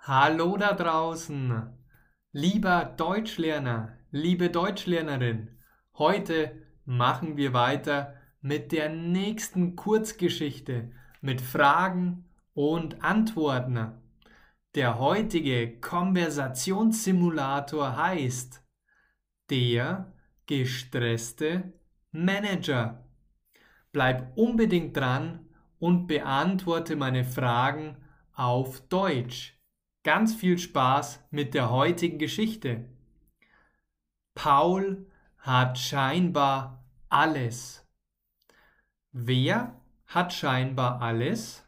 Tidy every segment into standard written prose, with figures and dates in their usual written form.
Hallo da draußen, lieber Deutschlerner, liebe Deutschlernerin. Heute machen wir weiter mit der nächsten Kurzgeschichte mit Fragen und Antworten. Der heutige Konversationssimulator heißt der gestresste Manager. Bleib unbedingt dran und beantworte meine Fragen auf Deutsch. Ganz viel Spaß mit der heutigen Geschichte. Paul hat scheinbar alles. Wer hat scheinbar alles?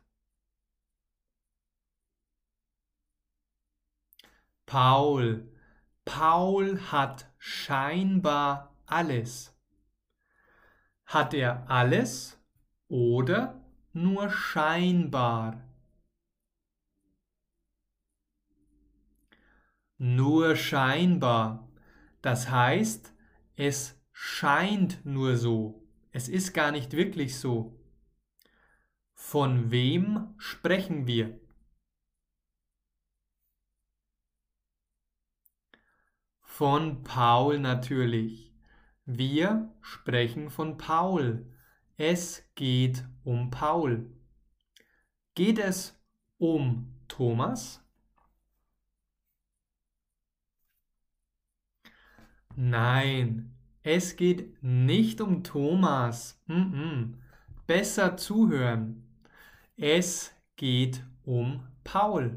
Paul. Paul hat scheinbar alles. Hat er alles oder nur scheinbar? Nur scheinbar. Das heißt, es scheint nur so. Es ist gar nicht wirklich so. Von wem sprechen wir? Von Paul natürlich. Wir sprechen von Paul. Es geht um Paul. Geht es um Thomas? Nein, es geht nicht um Thomas. Besser zuhören. Es geht um Paul.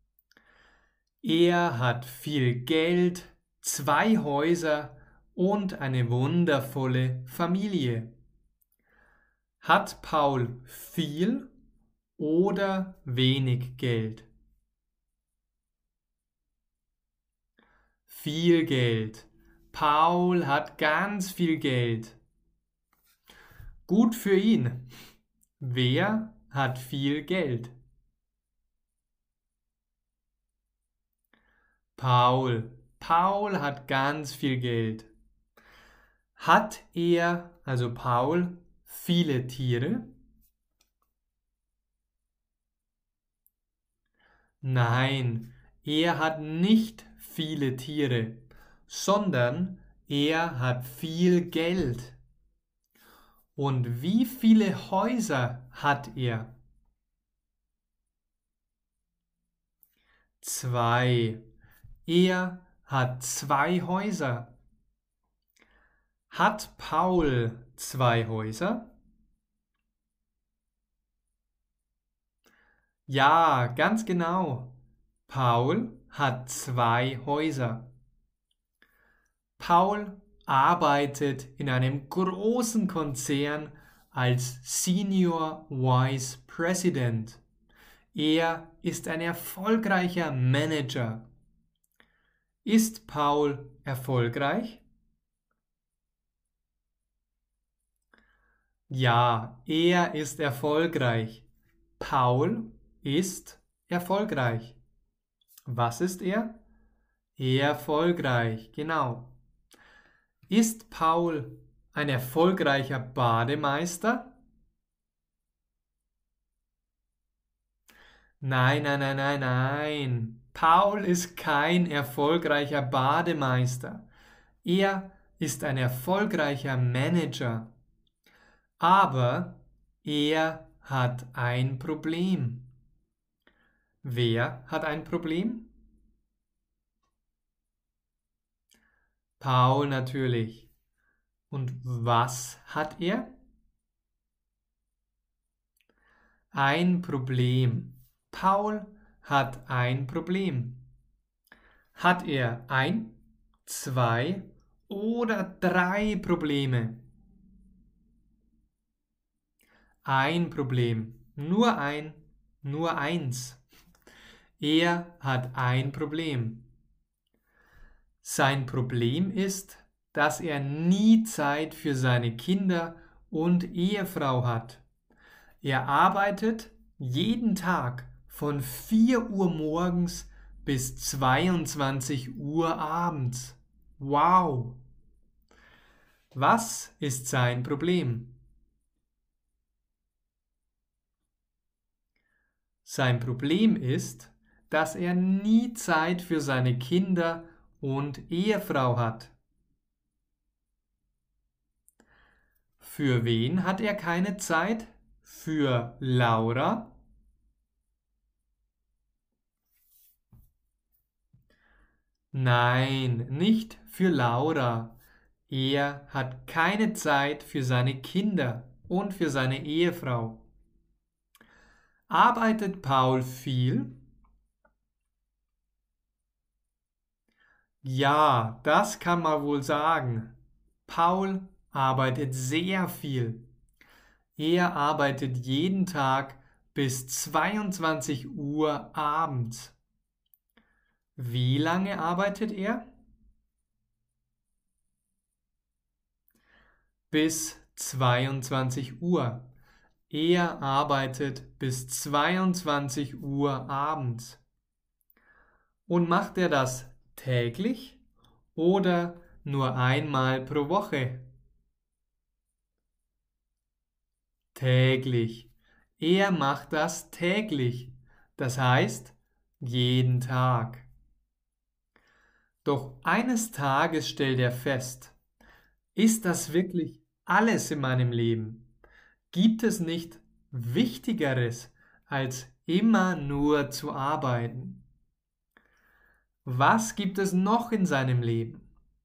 Er hat viel Geld, 2 Häuser und eine wundervolle Familie. Hat Paul viel oder wenig Geld? Viel Geld. Paul hat ganz viel Geld. Gut für ihn. Wer hat viel Geld? Paul. Paul hat ganz viel Geld. Hat er, also Paul, viele Tiere? Nein, er hat nicht viele Tiere, sondern er hat viel Geld. Und wie viele Häuser hat er? 2. Er hat 2 Häuser. Hat Paul 2 Häuser? Ja, ganz genau. Paul hat 2 Häuser. Paul arbeitet in einem großen Konzern als Senior Vice President. Er ist ein erfolgreicher Manager. Ist Paul erfolgreich? Ja, er ist erfolgreich. Paul ist erfolgreich. Was ist er? Erfolgreich, genau. Ist Paul ein erfolgreicher Bademeister? Nein, nein, nein, nein, nein. Paul ist kein erfolgreicher Bademeister. Er ist ein erfolgreicher Manager. Aber er hat ein Problem. Wer hat ein Problem? Paul natürlich. Und was hat er? Ein Problem. Paul hat ein Problem. Hat er 1, 2 oder 3 Probleme? Ein Problem. Nur eins. Er hat ein Problem. Sein Problem ist, dass er nie Zeit für seine Kinder und Ehefrau hat. Er arbeitet jeden Tag von 4 Uhr morgens bis 22 Uhr abends. Wow! Was ist sein Problem? Sein Problem ist, dass er nie Zeit für seine Kinder und Ehefrau hat. Für wen hat er keine Zeit? Für Laura? Nein, nicht für Laura. Er hat keine Zeit für seine Kinder und für seine Ehefrau. Arbeitet Paul viel? Ja, das kann man wohl sagen. Paul arbeitet sehr viel. Er arbeitet jeden Tag bis 22 Uhr abends. Wie lange arbeitet er? Bis 22 Uhr. Er arbeitet bis 22 Uhr abends. Und macht er das täglich oder nur einmal pro Woche? Täglich. Er macht das täglich. Das heißt, jeden Tag. Doch eines Tages stellt er fest, ist das wirklich alles in meinem Leben? Gibt es nicht Wichtigeres, als immer nur zu arbeiten? Was gibt es noch in seinem Leben?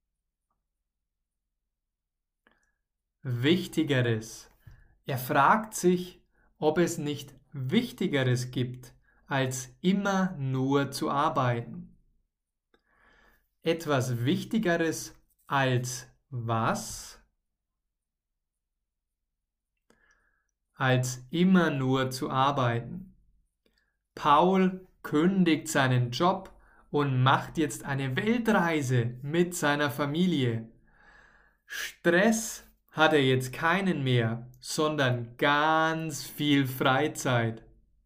Wichtigeres. Er fragt sich, ob es nicht Wichtigeres gibt, als immer nur zu arbeiten. Etwas Wichtigeres als was? Als immer nur zu arbeiten. Paul kündigt seinen Job und macht jetzt eine Weltreise mit seiner Familie. Stress hat er jetzt keinen mehr, sondern ganz viel Freizeit.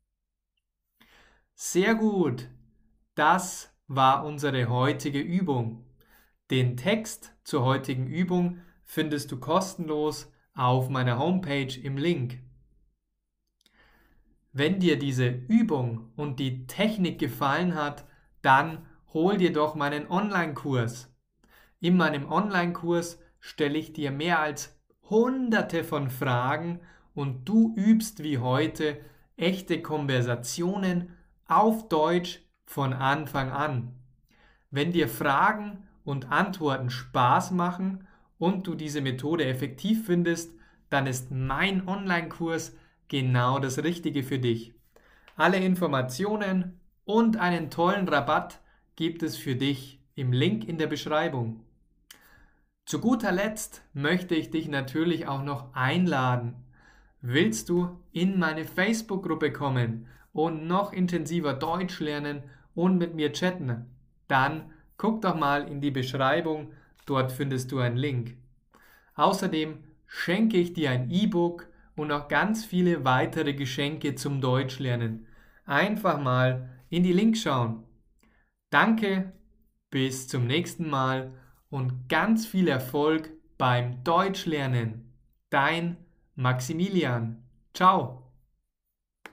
Sehr gut, das war unsere heutige Übung. Den Text zur heutigen Übung findest du kostenlos auf meiner Homepage im Link. Wenn dir diese Übung und die Technik gefallen hat, dann hol dir doch meinen Online-Kurs. In meinem Online-Kurs stelle ich dir mehr als Hunderte von Fragen und du übst wie heute echte Konversationen auf Deutsch von Anfang an. Wenn dir Fragen und Antworten Spaß machen und du diese Methode effektiv findest, dann ist mein Online-Kurs genau das Richtige für dich. Alle Informationen und einen tollen Rabatt gibt es für dich im Link in der Beschreibung. Zu guter Letzt möchte ich dich natürlich auch noch einladen. Willst du in meine Facebook-Gruppe kommen und noch intensiver Deutsch lernen und mit mir chatten? Dann guck doch mal in die Beschreibung, dort findest du einen Link. Außerdem schenke ich dir ein E-Book und noch ganz viele weitere Geschenke zum Deutschlernen. Einfach mal in die Links schauen. Danke, bis zum nächsten Mal und ganz viel Erfolg beim Deutschlernen. Dein Maximilian. Ciao.